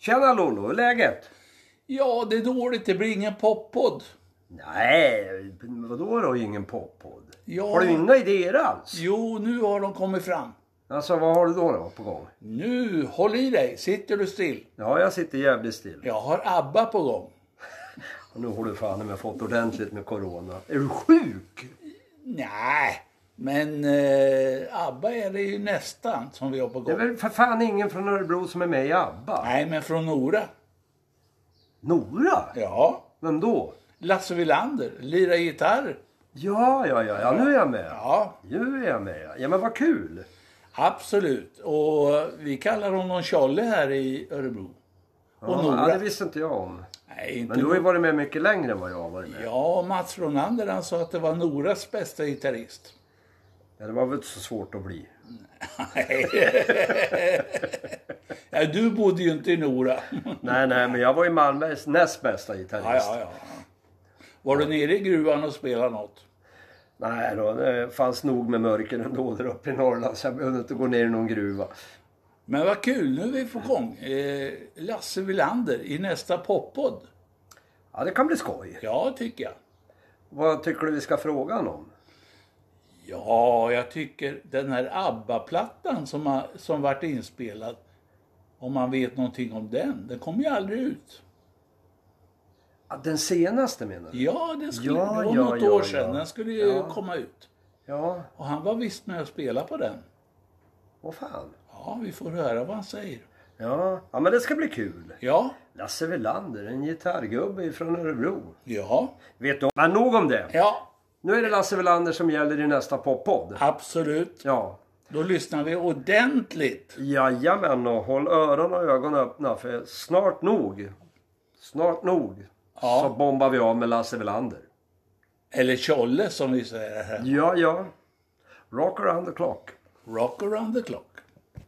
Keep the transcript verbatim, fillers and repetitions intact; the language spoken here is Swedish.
Tjena Lollo, hur är läget? Ja, det är dåligt. Det blir ingen poppodd. Nej, vadå då ingen poppodd? Ja. Har du inga idéer alls? Jo, nu har de kommit fram. Alltså, vad har du då, då på gång? Nu, håll i dig. Sitter du still? Ja, jag sitter jävligt still. Jag har ABBA på gång. Och nu har du fan med fått ordentligt med corona. Är du sjuk? Nej, men eh, ABBA är det ju nästan som vi har på Det är gång. väl för fan ingen från Örebro som är med i ABBA? Nej, men från Nora. Nora? Ja, Vem då? Lasse Wilander. Lira gitarr. Ja, ja, ja, ja, nu är jag med. Ja, Nu är jag med. Ja, men vad kul. absolut. Och vi kallar honom Tjolle här i Örebro. Och Ja, Nora. det visste inte jag om. Nej, inte Men du har ju Nora. varit med mycket längre än vad jag har varit med. Ja, Mats Ronander han sa att det var Noras bästa gitarrist. Ja, det var väl inte så svårt att bli. Ja, du bodde ju inte i Nora. Nej, nej, men jag var ju Malmös näst bästa gitarrist. Ja, ja, ja. Var du nere i gruvan och spelade något? Nej då, det fanns nog med mörker ändå där uppe i Norrland så jag behövde inte gå ner i någon gruva. Men vad kul, nu är vi på gång. Eh, Lasse Wilander i nästa poppodd. Ja, det kan bli skoj. Ja, tycker jag. Vad tycker du vi ska fråga honom? Ja, jag tycker den här ABBA-plattan som, har, som varit inspelad. Om man vet någonting om den. Den kom ju aldrig ut. Ja, den senaste menar du? Ja, den skulle, Ja, det var ja, något ja, år sedan. ja. Den skulle ju Ja. komma ut. Ja, Och han var visst med att spela på den. vad fan. Ja, vi får höra vad han säger. Ja, ja men det ska bli kul. Ja, Lasse Wilander, en gitarrgubbe från Örebro. ja, Vet du? Men nog om det. ja, Nu är det Lasse Wilander som gäller i nästa poppodd. absolut. Ja. Då lyssnar vi ordentligt. Jajamän, och håll öron och ögon öppna för snart nog, snart nog Ja. så bombar vi av med Lasse Wilander. Eller Tjolle som vi säger här. Ja, ja. Rock around the clock. Rock around the clock.